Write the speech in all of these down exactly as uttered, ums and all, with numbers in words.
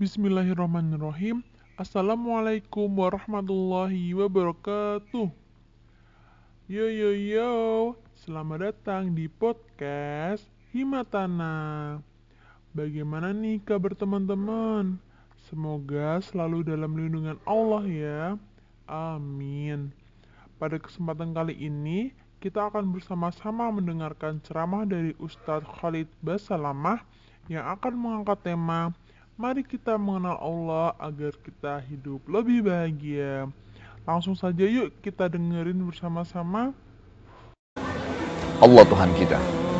Bismillahirrahmanirrahim. Assalamualaikum warahmatullahi wabarakatuh. Yo yo yo, selamat datang di podcast Himatana. Bagaimana nih kabar teman-teman? Semoga selalu dalam lindungan Allah ya. Amin. Pada kesempatan kali ini, kita akan bersama-sama mendengarkan ceramah dari Ustadz Khalid Basalamah yang akan mengangkat tema Mari kita mengenal Allah agar kita hidup lebih bahagia. Langsung saja yuk kita dengerin bersama-sama. Allah Tuhan kita.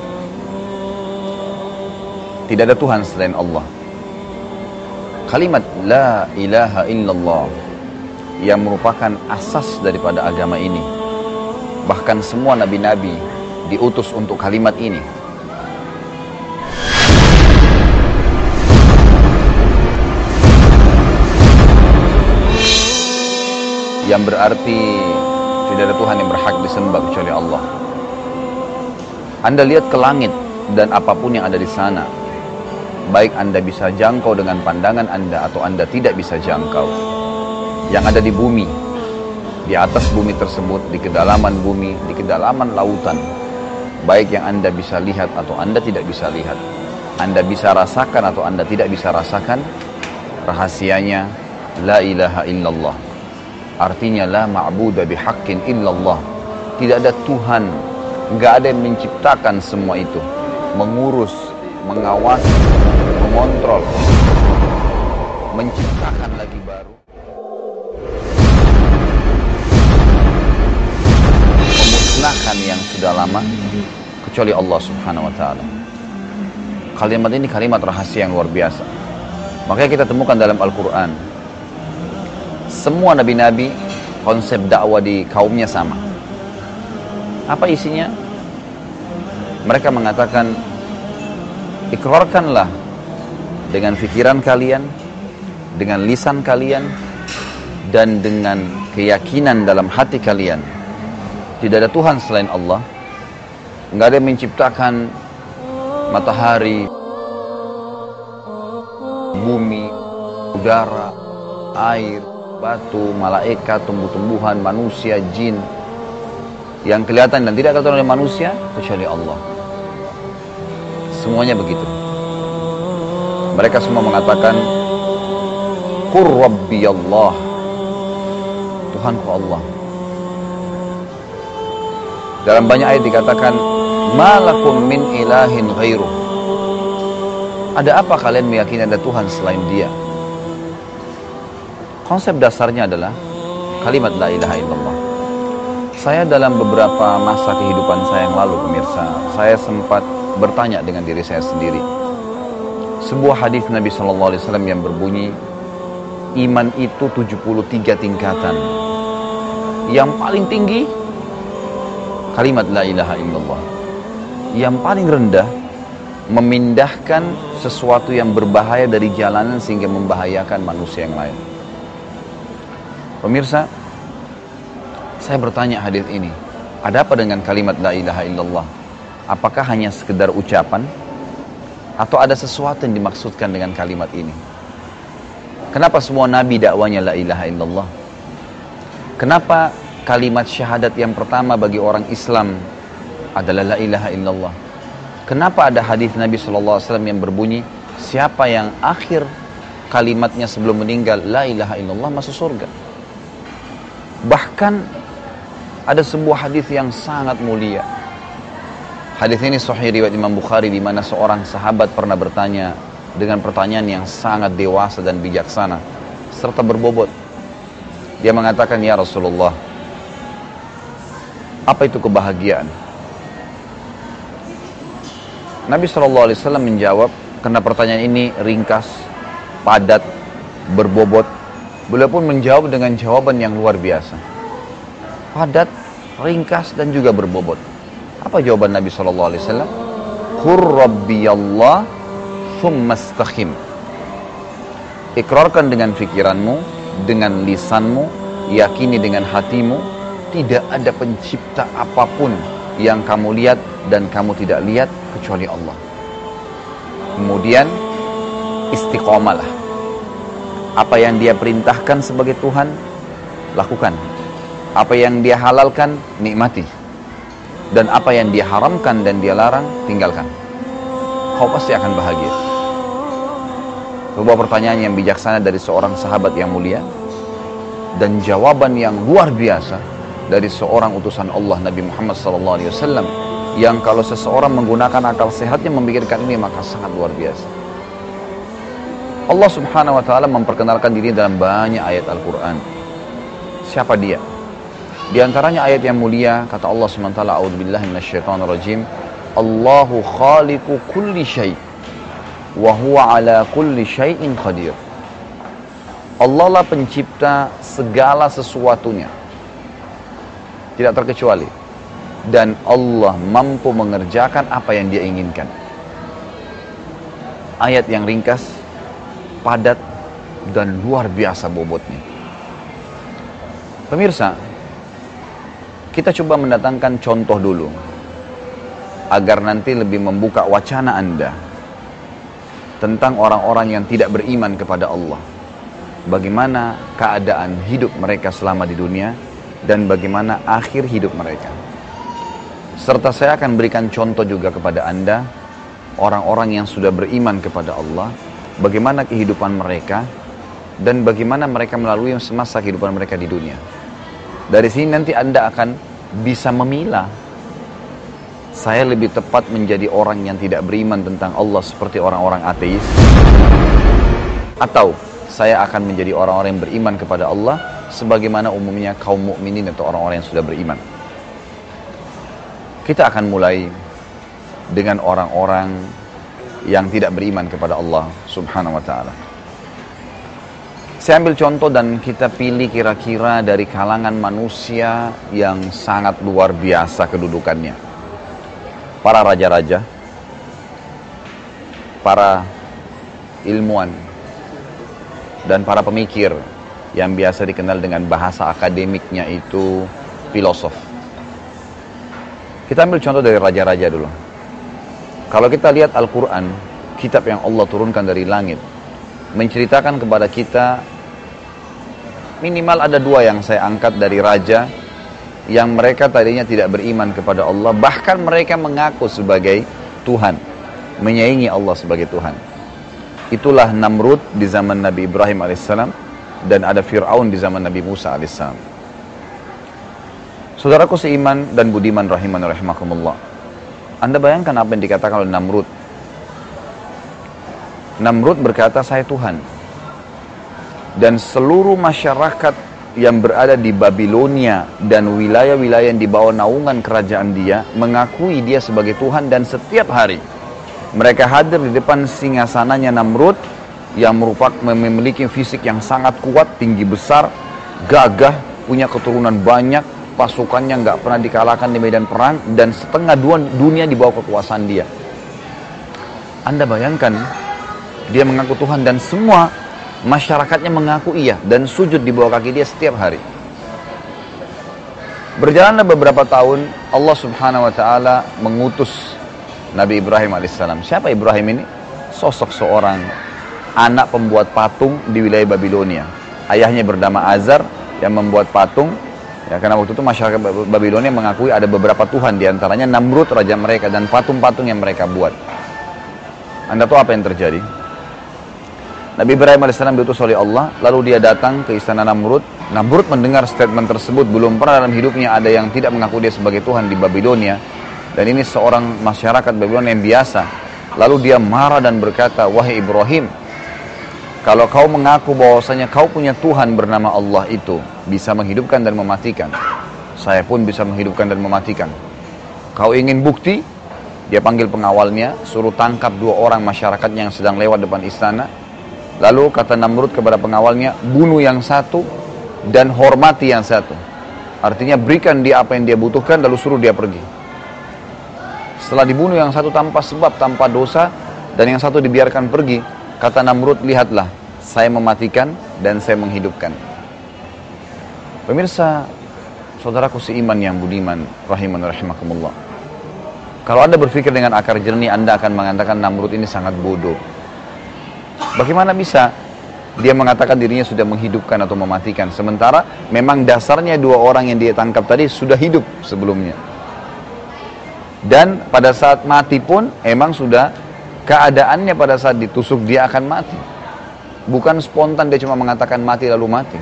Tidak ada Tuhan selain Allah. Kalimat La ilaha illallah yang merupakan asas daripada agama ini. Bahkan semua nabi-nabi diutus untuk kalimat ini. Yang berarti tidak ada Tuhan yang berhak disembah kecuali Allah. Anda lihat ke langit dan apapun yang ada di sana, baik Anda bisa jangkau dengan pandangan Anda atau Anda tidak bisa jangkau. Yang ada di bumi, di atas bumi tersebut, di kedalaman bumi, di kedalaman lautan, baik yang Anda bisa lihat atau Anda tidak bisa lihat, Anda bisa rasakan atau Anda tidak bisa rasakan, rahasianya La ilaha illallah. Artinya la ma'budu bihaqqin illallah. Tidak ada Tuhan, enggak ada yang menciptakan semua itu, mengurus, mengawasi, mengontrol, menciptakan lagi baru, memusnahkan yang sudah lama, kecuali Allah Subhanahu wa taala. Kalimat ini kalimat rahasia yang luar biasa. Makanya kita temukan dalam Al-Qur'an. Semua nabi-nabi konsep dakwah di kaumnya sama. Apa isinya? Mereka mengatakan, ikrarkanlah dengan fikiran kalian, dengan lisan kalian, dan dengan keyakinan dalam hati kalian. Tidak ada Tuhan selain Allah. Enggak ada yang menciptakan matahari, bumi, udara, air, batu, malaikat, tumbuh-tumbuhan, manusia, jin yang kelihatan dan tidak kelihatan oleh manusia kecuali Allah. Semuanya begitu. Mereka semua mengatakan Qur Rabbi Allah, Tuhanku Allah. Dalam banyak ayat dikatakan Malakum min ilahin ghairuh. Ada apa kalian meyakini ada Tuhan selain Dia? Konsep dasarnya adalah kalimat La ilaha illallah. Saya dalam beberapa masa kehidupan saya yang lalu, pemirsa, saya sempat bertanya dengan diri saya sendiri. Sebuah hadis Nabi shallallahu alaihi wasallam yang berbunyi, iman itu tujuh puluh tiga tingkatan. Yang paling tinggi, kalimat La ilaha illallah. Yang paling rendah, memindahkan sesuatu yang berbahaya dari jalanan sehingga membahayakan manusia yang lain. Pemirsa, saya bertanya hadis ini, ada apa dengan kalimat La ilaha illallah? Apakah hanya sekedar ucapan? Atau ada sesuatu yang dimaksudkan dengan kalimat ini? Kenapa semua nabi dakwanya La ilaha illallah? Kenapa kalimat syahadat yang pertama bagi orang Islam adalah La ilaha illallah? Kenapa ada hadis Nabi shallallahu alaihi wasallam yang berbunyi, siapa yang akhir kalimatnya sebelum meninggal La ilaha illallah masuk surga? Bahkan ada sebuah hadis yang sangat mulia. Hadis ini sahih riwayat Imam Bukhari, di mana seorang sahabat pernah bertanya dengan pertanyaan yang sangat dewasa dan bijaksana serta berbobot. Dia mengatakan, ya Rasulullah, apa itu kebahagiaan? Nabi shallallahu alaihi wasallam menjawab, karena pertanyaan ini ringkas, padat, berbobot. Beliau pun menjawab dengan jawaban yang luar biasa. Padat, ringkas, dan juga berbobot. Apa jawaban Nabi shallallahu alaihi wasallam? Qur Rabbi Allah, thumma istaqim. Ikrarkan dengan fikiranmu, dengan lisanmu, yakini dengan hatimu, tidak ada pencipta apapun yang kamu lihat dan kamu tidak lihat kecuali Allah. Kemudian istiqomalah. Apa yang dia perintahkan sebagai Tuhan, lakukan. Apa yang dia halalkan, nikmati. Dan apa yang dia haramkan dan dia larang, tinggalkan. Kau pasti akan bahagia. Sebuah pertanyaan yang bijaksana dari seorang sahabat yang mulia, dan jawaban yang luar biasa dari seorang utusan Allah, Nabi Muhammad sallallahu alaihi wasallam, yang kalau seseorang menggunakan akal sehatnya memikirkan ini, maka sangat luar biasa. Allah subhanahu wa ta'ala memperkenalkan diri dalam banyak ayat Al-Quran. Siapa dia? Di antaranya ayat yang mulia, kata Allah subhanahu wa ta'ala, a'udzubillahi minasyaitonirrajim, Allahu khaliqu kulli syai' wa huwa ala kulli syai'in qadir. Allah lah pencipta segala sesuatunya, tidak terkecuali, dan Allah mampu mengerjakan apa yang dia inginkan. Ayat yang ringkas, padat, dan luar biasa bobotnya. Pemirsa, kita coba mendatangkan contoh dulu, agar nanti lebih membuka wacana Anda tentang orang-orang yang tidak beriman kepada Allah. Bagaimana keadaan hidup mereka selama di dunia, dan bagaimana akhir hidup mereka. Serta saya akan berikan contoh juga kepada Anda, orang-orang yang sudah beriman kepada Allah, bagaimana kehidupan mereka, dan bagaimana mereka melalui semasa kehidupan mereka di dunia. Dari sini nanti Anda akan bisa memilah, saya lebih tepat menjadi orang yang tidak beriman tentang Allah seperti orang-orang ateis, atau saya akan menjadi orang-orang yang beriman kepada Allah sebagaimana umumnya kaum mukminin atau orang-orang yang sudah beriman. Kita akan mulai dengan orang-orang yang tidak beriman kepada Allah subhanahu wa ta'ala. Saya ambil contoh dan kita pilih kira-kira dari kalangan manusia yang sangat luar biasa kedudukannya. Para raja-raja, para ilmuwan, dan para pemikir yang biasa dikenal dengan bahasa akademiknya itu filosof. Kita ambil contoh dari raja-raja dulu. Kalau kita lihat Al-Quran, kitab yang Allah turunkan dari langit, menceritakan kepada kita, minimal ada dua yang saya angkat dari raja, yang mereka tadinya tidak beriman kepada Allah, bahkan mereka mengaku sebagai Tuhan, menyaingi Allah sebagai Tuhan. Itulah Namrud di zaman Nabi Ibrahim alaihissalam, dan ada Fir'aun di zaman Nabi Musa alaihissalam. Saudaraku seiman dan budiman rahiman rahimakumullah, Anda bayangkan apa yang dikatakan oleh Namrud. Namrud berkata, saya Tuhan. Dan seluruh masyarakat yang berada di Babilonia dan wilayah-wilayah yang di bawah naungan kerajaan dia mengakui dia sebagai Tuhan, dan setiap hari mereka hadir di depan singgasananya Namrud yang merupakan memiliki fisik yang sangat kuat, tinggi besar, gagah, punya keturunan banyak, pasukannya nggak pernah dikalahkan di medan perang, dan setengah dunia di bawah kekuasaan dia. Anda bayangkan, dia mengaku Tuhan dan semua masyarakatnya mengaku iya dan sujud di bawah kaki dia setiap hari. Berjalanlah beberapa tahun, Allah subhanahu wa ta'ala mengutus Nabi Ibrahim alaihissalam. Siapa Ibrahim ini? Sosok seorang anak pembuat patung di wilayah Babilonia. Ayahnya bernama Azar yang membuat patung. Ya, karena waktu itu masyarakat Babilonia mengakui ada beberapa Tuhan, diantaranya Namrud raja mereka, dan patung-patung yang mereka buat. Anda tahu apa yang terjadi? Nabi Ibrahim alaihissalam diutus oleh Allah, lalu dia datang ke istana Namrud. Namrud mendengar statement tersebut, belum pernah dalam hidupnya ada yang tidak mengaku dia sebagai Tuhan di Babilonia, dan ini seorang masyarakat Babilonia yang biasa. Lalu dia marah dan berkata, wahai Ibrahim, kalau kau mengaku bahwasanya kau punya Tuhan bernama Allah itu bisa menghidupkan dan mematikan, saya pun bisa menghidupkan dan mematikan. Kau ingin bukti? Dia panggil pengawalnya, suruh tangkap dua orang masyarakatnya yang sedang lewat depan istana. Lalu kata Namrud kepada pengawalnya, bunuh yang satu dan hormati yang satu. Artinya berikan dia apa yang dia butuhkan, lalu suruh dia pergi. Setelah dibunuh yang satu tanpa sebab, tanpa dosa, dan yang satu dibiarkan pergi, kata Namrud, lihatlah, saya mematikan dan saya menghidupkan. Pemirsa, saudaraku seiman yang budiman, rahiman rahimakumullah. Kalau Anda berpikir dengan akar jernih, Anda akan mengatakan Namrud ini sangat bodoh. Bagaimana bisa dia mengatakan dirinya sudah menghidupkan atau mematikan. Sementara memang dasarnya dua orang yang dia tangkap tadi sudah hidup sebelumnya. Dan pada saat mati pun emang sudah keadaannya pada saat ditusuk dia akan mati. Bukan spontan dia cuma mengatakan mati lalu mati.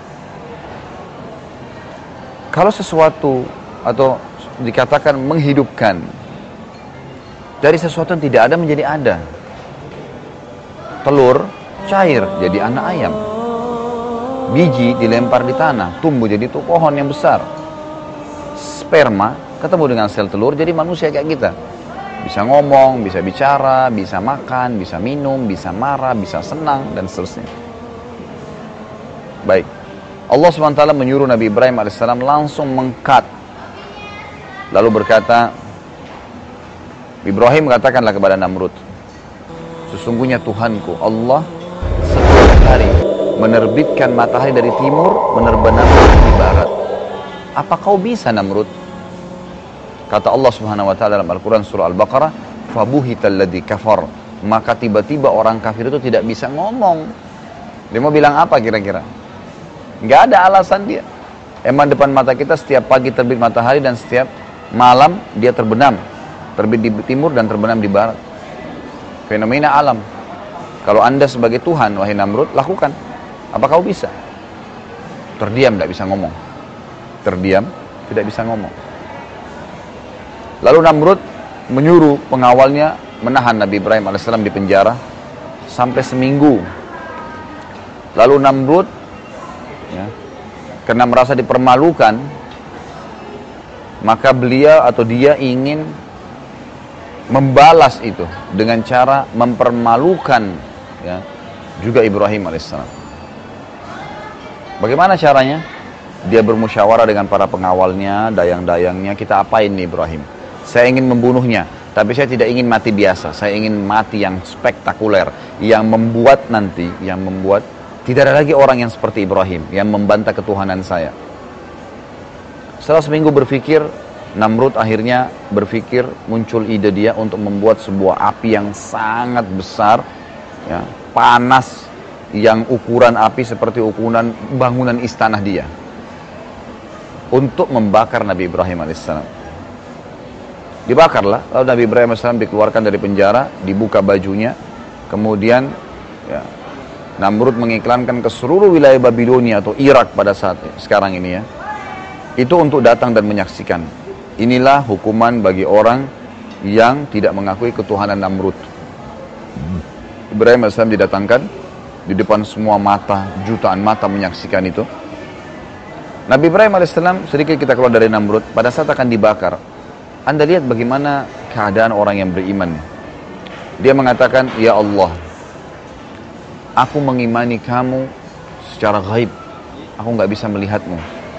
Kalau sesuatu atau dikatakan menghidupkan dari sesuatu yang tidak ada menjadi ada. Telur cair jadi anak ayam. Biji dilempar di tanah, tumbuh jadi tuh pohon yang besar. Sperma ketemu dengan sel telur jadi manusia kayak kita. Bisa ngomong, bisa bicara, bisa makan, bisa minum, bisa marah, bisa senang, dan seterusnya. Baik. Allah subhanahu wa taala menyuruh Nabi Ibrahim alaihissalam langsung mengkat. Lalu berkata, Ibrahim katakanlah kepada Namrud, sesungguhnya Tuhanku Allah setiap hari menerbitkan matahari dari timur, menerbenamkan di barat. Apa kau bisa, Namrud? Kata Allah Subhanahu wa taala dalam Al-Qur'an surah Al-Baqarah, fabuhital ladzi kafar. Maka tiba-tiba orang kafir itu tidak bisa ngomong. Dia mau bilang apa kira-kira? Enggak ada alasan dia. Emang depan mata kita setiap pagi terbit matahari dan setiap malam dia terbenam. Terbit di timur dan terbenam di barat. Fenomena alam. Kalau anda sebagai Tuhan, wahai Namrud, lakukan. Apa kau bisa? Terdiam, tidak bisa ngomong. Terdiam, tidak bisa ngomong. Lalu Namrud menyuruh pengawalnya menahan Nabi Ibrahim alaihissalam di penjara sampai seminggu. Lalu Namrud, ya, karena merasa dipermalukan, maka beliau atau dia ingin membalas itu dengan cara mempermalukan, ya, juga Ibrahim alaihissalam. Bagaimana caranya? Dia bermusyawarah dengan para pengawalnya, dayang-dayangnya, kita apain nih Ibrahim? Saya ingin membunuhnya, tapi saya tidak ingin mati biasa. Saya ingin mati yang spektakuler, yang membuat nanti, yang membuat tidak ada lagi orang yang seperti Ibrahim, yang membantah ketuhanan saya. Setelah seminggu berpikir, Namrud akhirnya berpikir, muncul ide dia untuk membuat sebuah api yang sangat besar, ya, panas, yang ukuran api seperti ukuran bangunan istana dia, untuk membakar Nabi Ibrahim alaihissalam. Dibakarlah, lalu Nabi Ibrahim alaihissalam dikeluarkan dari penjara, dibuka bajunya, kemudian ya, Namrud mengiklankan ke seluruh wilayah Babilonia atau Irak pada saat sekarang ini, ya, itu untuk datang dan menyaksikan. Inilah hukuman bagi orang yang tidak mengakui ketuhanan Namrud. Ibrahim alaihissalam didatangkan di depan semua mata, jutaan mata menyaksikan itu. Nabi Ibrahim alaihissalam, sedikit kita keluar dari Namrud, pada saat akan dibakar, Anda lihat bagaimana keadaan orang yang beriman. Dia mengatakan, ya Allah, aku mengimani kamu secara gaib, aku nggak bisa melihatmu.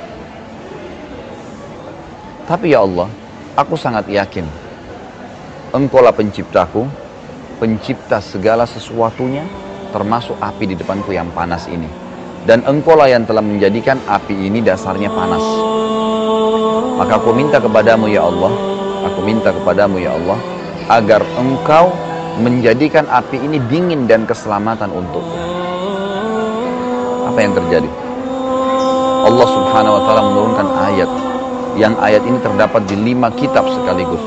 Tapi ya Allah, aku sangat yakin Engkaulah penciptaku, pencipta segala sesuatunya, termasuk api di depanku yang panas ini. Dan Engkaulah yang telah menjadikan api ini dasarnya panas. Maka aku minta kepadamu ya Allah, aku minta kepadamu ya Allah, agar Engkau menjadikan api ini dingin dan keselamatan untukku. Apa yang terjadi? Allah subhanahu wa ta'ala menurunkan ayat, yang ayat ini terdapat di lima kitab sekaligus.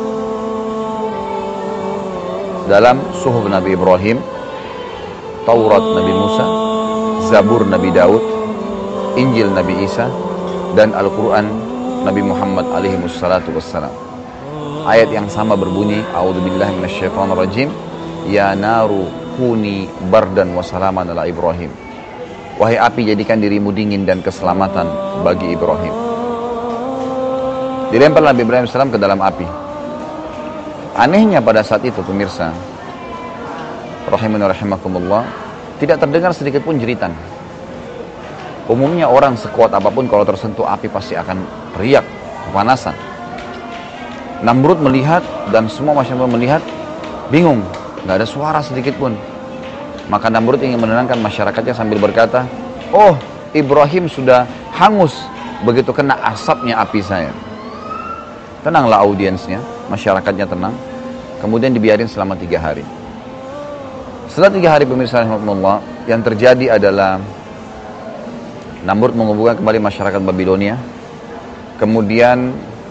Dalam Suhuf Nabi Ibrahim, Taurat Nabi Musa, Zabur Nabi Daud, Injil Nabi Isa, dan Al-Quran Nabi Muhammad alaihi wassalatu wassalam. Ayat yang sama berbunyi, A'udzubillahi minasyaitonirrajim, Ya naru kuni bardan wa salaman ala Ibrahim. Wahai api, jadikan dirimu dingin dan keselamatan bagi Ibrahim. Dilempar Nabi Ibrahim alaihissalam ke dalam api. Anehnya pada saat itu, pemirsa, rahimani rahimakumullah, tidak terdengar sedikit pun jeritan. Umumnya orang sekuat apapun kalau tersentuh api pasti akan teriak, kepanasan. Namrud melihat dan semua masyarakat melihat, bingung, nggak ada suara sedikit pun. Maka Namrud ingin menenangkan masyarakatnya sambil berkata, oh, Ibrahim sudah hangus begitu kena asapnya api saya. Tenanglah audiensnya, masyarakatnya tenang. Kemudian dibiarin selama tiga hari. Setelah tiga hari, pemirsa rahimahullah, yang terjadi adalah Namrud mengumpulkan kembali masyarakat Babilonia, kemudian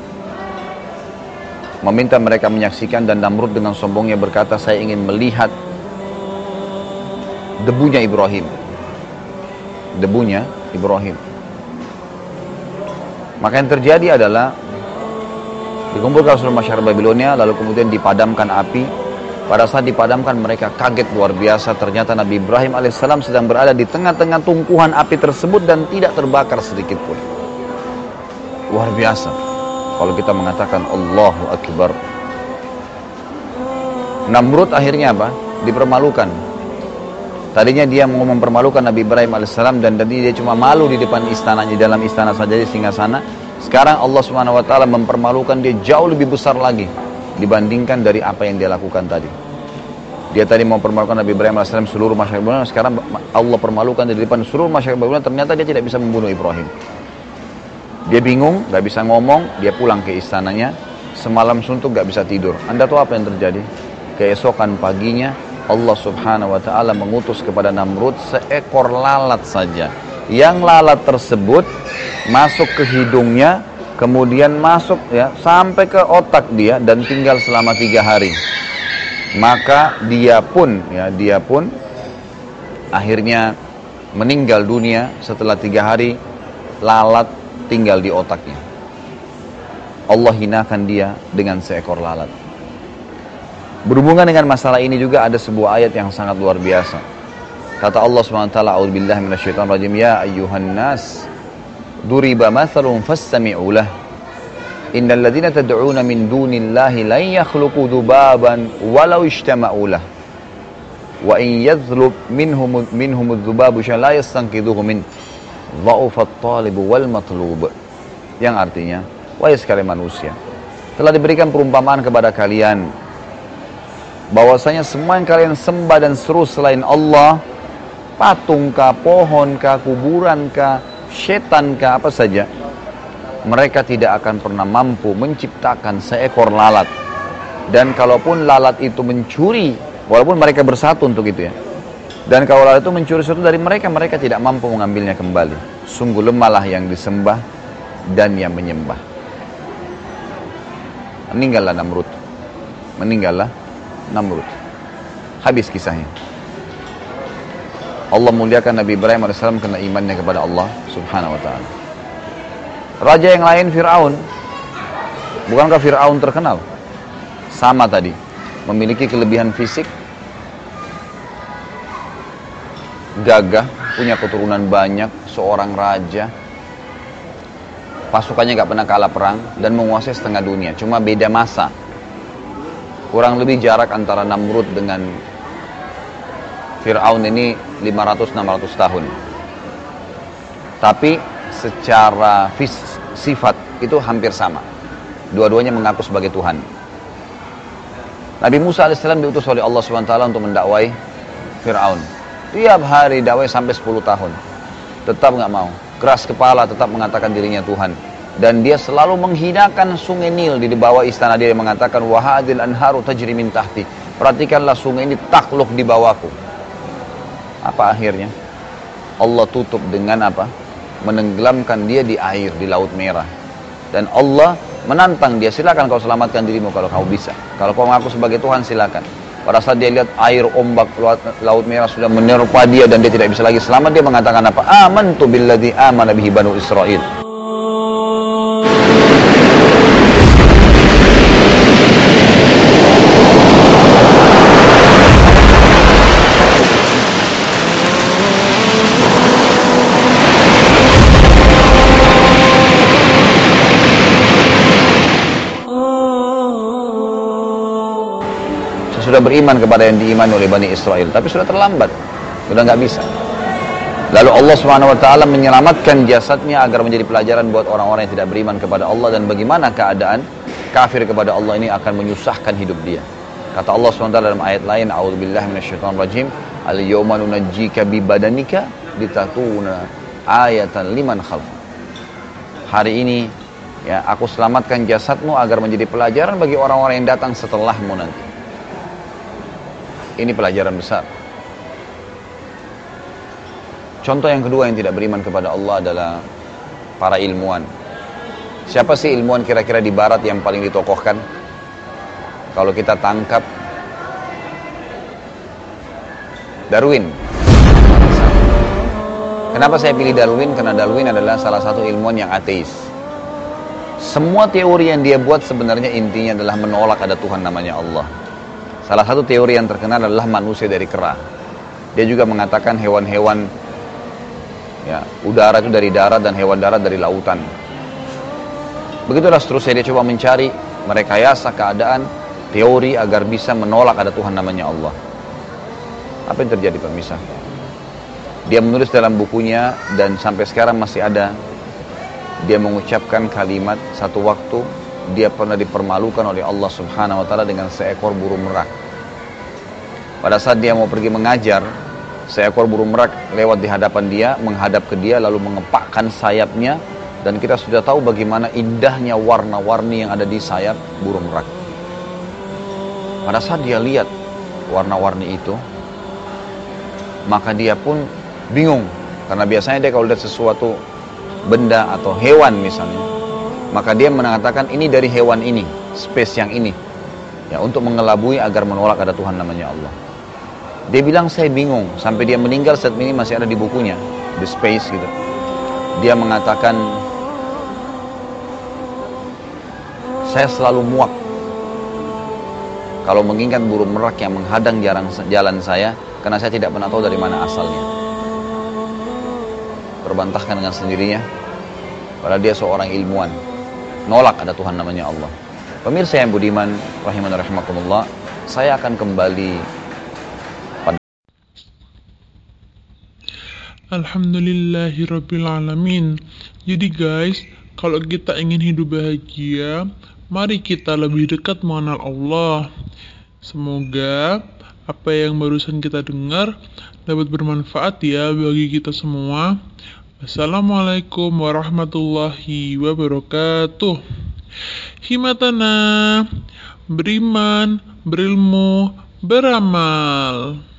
meminta mereka menyaksikan, dan Namrud dengan sombongnya berkata, saya ingin melihat debunya Ibrahim. Debunya Ibrahim. Maka yang terjadi adalah dikumpulkan seluruh masyarakat Babilonia, lalu kemudian dipadamkan api. Pada saat dipadamkan mereka kaget luar biasa, ternyata Nabi Ibrahim alaihissalam sedang berada di tengah-tengah tumpuhan api tersebut dan tidak terbakar sedikit pun. Luar biasa kalau kita mengatakan Allahu Akbar. Namrud akhirnya apa? Dipermalukan. Tadinya dia mau mempermalukan Nabi Ibrahim alaihissalam, dan tadi dia cuma malu di depan istananya, dalam istana saja di singgasana. Sekarang Allah subhanahu wa taala mempermalukan dia jauh lebih besar lagi dibandingkan dari apa yang dia lakukan tadi. Dia tadi mau permalukan Nabi Ibrahim alaihissalam seluruh masyarakat Babilonia, sekarang Allah permalukan di depan seluruh masyarakat Babilonia. Ternyata dia tidak bisa membunuh Ibrahim. Dia bingung, gak bisa ngomong, dia pulang ke istananya. Semalam suntuk, gak bisa tidur. Anda tahu apa yang terjadi? Keesokan paginya Allah subhanahu wa ta'ala mengutus kepada Namrud seekor lalat saja. Yang lalat tersebut masuk ke hidungnya, kemudian masuk ya sampai ke otak dia, dan tinggal selama tiga hari. Maka dia pun ya dia pun akhirnya meninggal dunia setelah tiga hari. Lalat tinggal di otaknya. Allah hinakan dia dengan seekor lalat. Berhubungan dengan masalah ini juga ada sebuah ayat yang sangat luar biasa. Kata Allah subhanahu wa taala, a'udzubillahi minasyaitonir rajim, ya ayyuhan nas duriba mathalun fastami'u lah. Innal ladzina tad'una min dunillahi lan yakhluqu dhubaban walau ijtama'u lah. Wa in yadhlub minhum minhum adh-dhubabu la yastanqidhuhu min dha'ufat talibu wal matlub. Yang artinya, wahai sekalian manusia, telah diberikan perumpamaan kepada kalian bahwasanya semua yang kalian sembah dan seru selain Allah, patungkah, pohonkah, kubuраnkah, syetankah, apa saja, mereka tidak akan pernah mampu menciptakan seekor lalat. Dan kalaupun lalat itu mencuri, walaupun mereka bersatu untuk itu ya, dan kalau lalat itu mencuri sesuatu dari mereka, mereka tidak mampu mengambilnya kembali. Sungguh lemahlah yang disembah dan yang menyembah. Meninggallah Namrud. Meninggallah Namrud. Habis kisahnya. Allah muliakan Nabi Ibrahim alaihissalam karena imannya kepada Allah subhanahu wa ta'ala. Raja yang lain Fir'aun. Bukankah Fir'aun terkenal? Sama tadi. Memiliki kelebihan fisik, gagah, punya keturunan banyak, seorang raja, pasukannya gak pernah kalah perang, dan menguasai setengah dunia. Cuma beda masa. Kurang lebih jarak antara Namrud dengan Fir'aun ini lima ratus sampai enam ratus tahun. Tapi secara fis, sifat itu hampir sama. Dua-duanya mengaku sebagai Tuhan. Nabi Musa alaihissalam diutus oleh Allah subhanahu wa taala untuk mendakwai Fir'aun. Tiap hari dakwah sampai sepuluh tahun. Tetap gak mau. Keras kepala, tetap mengatakan dirinya Tuhan. Dan dia selalu menghinakan sungai Nil di bawah istana dia, yang mengatakan wahadil anharu tajri min tahti. Perhatikanlah sungai ini takluk di bawahku. Apa akhirnya? Allah tutup dengan apa? Menenggelamkan dia di air, di Laut Merah. Dan Allah menantang dia, silakan kau selamatkan dirimu kalau kau bisa. Kalau kau mengaku sebagai Tuhan, silakan. Pada saat dia lihat air ombak Laut Merah sudah menerpa dia dan dia tidak bisa lagi selamat, dia mengatakan apa? Amantu billadzi amana bihi banu Israil. Sudah beriman kepada yang diimani oleh Bani Israel, tapi sudah terlambat, sudah nggak bisa. Lalu Allah subhanahu wa taala menyelamatkan jasadnya agar menjadi pelajaran buat orang-orang yang tidak beriman kepada Allah, dan bagaimana keadaan kafir kepada Allah ini akan menyusahkan hidup dia. Kata Allah subhanahu wa taala dalam ayat lain, a'udzubillahi minasyaitonir rajim, al-yawma nunajjika bi badanika litakuna ayatan liman khalf. Hari ini ya aku selamatkan jasadmu agar menjadi pelajaran bagi orang-orang yang datang setelahmu nanti. Ini pelajaran besar. Contoh yang kedua yang tidak beriman kepada Allah adalah para ilmuwan. Siapa sih ilmuwan kira-kira di barat yang paling ditokohkan? Kalau kita tangkap Darwin. Kenapa saya pilih Darwin? Karena Darwin adalah salah satu ilmuwan yang ateis. Semua teori yang dia buat sebenarnya intinya adalah menolak ada Tuhan namanya Allah. Salah satu teori yang terkenal adalah manusia dari kera. Dia juga mengatakan hewan-hewan ya, udara itu dari darat dan hewan darat dari lautan. Begitulah seterusnya dia coba mencari merekayasa keadaan teori agar bisa menolak ada Tuhan namanya Allah. Apa yang terjadi pemirsa? Dia menulis dalam bukunya dan sampai sekarang masih ada. Dia mengucapkan kalimat satu waktu dia pernah dipermalukan oleh Allah Subhanahu wa taala dengan seekor burung merak. Pada saat dia mau pergi mengajar, seekor burung merak lewat di hadapan dia, menghadap ke dia lalu mengepakkan sayapnya, dan kita sudah tahu bagaimana indahnya warna-warni yang ada di sayap burung merak. Pada saat dia lihat warna-warni itu, maka dia pun bingung, karena biasanya dia kalau lihat sesuatu benda atau hewan misalnya, maka dia mengatakan ini dari hewan ini, spesies yang ini, ya, untuk mengelabui agar menolak ada Tuhan namanya Allah. Dia bilang saya bingung, sampai dia meninggal saat ini masih ada di bukunya, The Space gitu. Dia mengatakan saya selalu muak kalau mengingat burung merak yang menghadang jalan saya, karena saya tidak pernah tahu dari mana asalnya. Berbantahkan dengan sendirinya, padahal dia seorang ilmuwan, nolak ada Tuhan namanya Allah. Pemirsa yang budiman, rahiman rahimakumullah, saya akan kembali pada Alhamdulillahirrabbilalamin. Jadi guys, kalau kita ingin hidup bahagia, mari kita lebih dekat mengenal Allah. Semoga apa yang barusan kita dengar dapat bermanfaat ya bagi kita semua. Assalamualaikum warahmatullahi wabarakatuh. Himatana, beriman, berilmu, beramal.